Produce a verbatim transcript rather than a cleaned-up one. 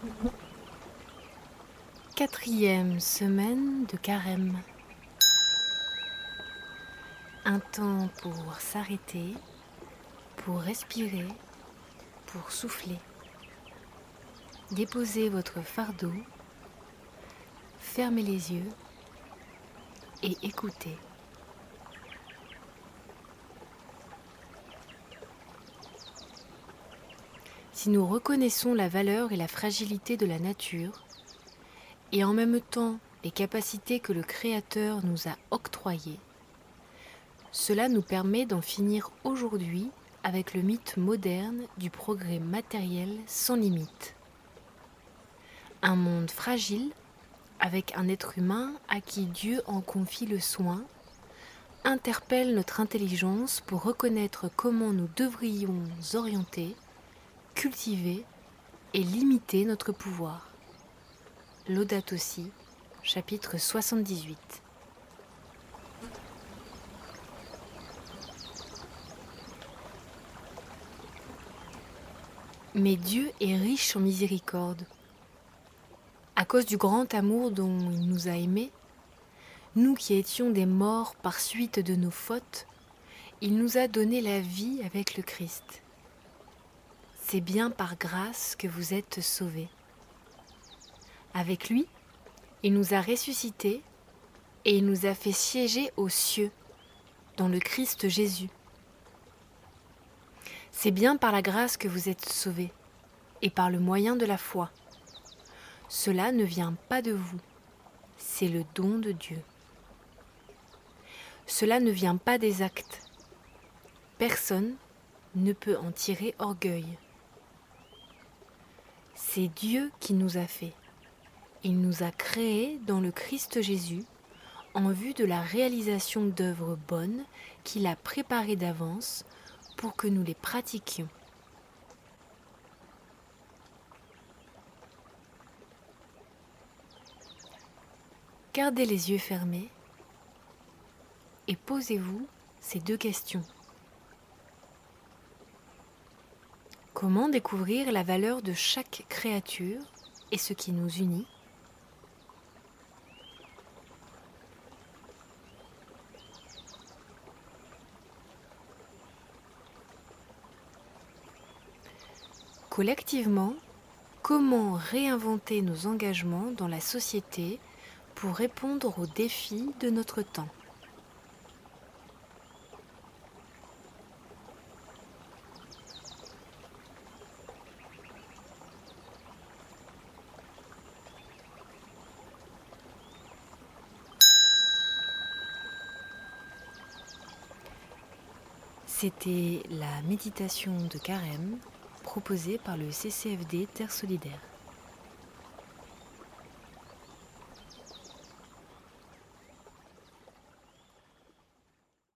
Quatrième semaine de carême. Un temps pour s'arrêter, pour respirer, pour souffler. Déposez votre fardeau, fermez les yeux et écoutez. Si nous reconnaissons la valeur et la fragilité de la nature, et en même temps les capacités que le Créateur nous a octroyées, cela nous permet d'en finir aujourd'hui avec le mythe moderne du progrès matériel sans limite. Un monde fragile, avec un être humain à qui Dieu en confie le soin, interpelle notre intelligence pour reconnaître comment nous devrions orienter, cultiver et limiter notre pouvoir. Laudato Si, chapitre soixante-dix-huit. Mais Dieu est riche en miséricorde. À cause du grand amour dont il nous a aimés, nous qui étions des morts par suite de nos fautes, il nous a donné la vie avec le Christ. C'est bien par grâce que vous êtes sauvés. Avec lui, il nous a ressuscités et il nous a fait siéger aux cieux, dans le Christ Jésus. C'est bien par la grâce que vous êtes sauvés, et par le moyen de la foi. Cela ne vient pas de vous, c'est le don de Dieu. Cela ne vient pas des actes. Personne ne peut en tirer orgueil. C'est Dieu qui nous a fait. Il nous a créés dans le Christ Jésus en vue de la réalisation d'œuvres bonnes qu'il a préparées d'avance pour que nous les pratiquions. Gardez les yeux fermés et posez-vous ces deux questions. Comment découvrir la valeur de chaque créature et ce qui nous unit ? Collectivement, comment réinventer nos engagements dans la société pour répondre aux défis de notre temps ? C'était la méditation de carême proposée par le C C F D Terre Solidaire.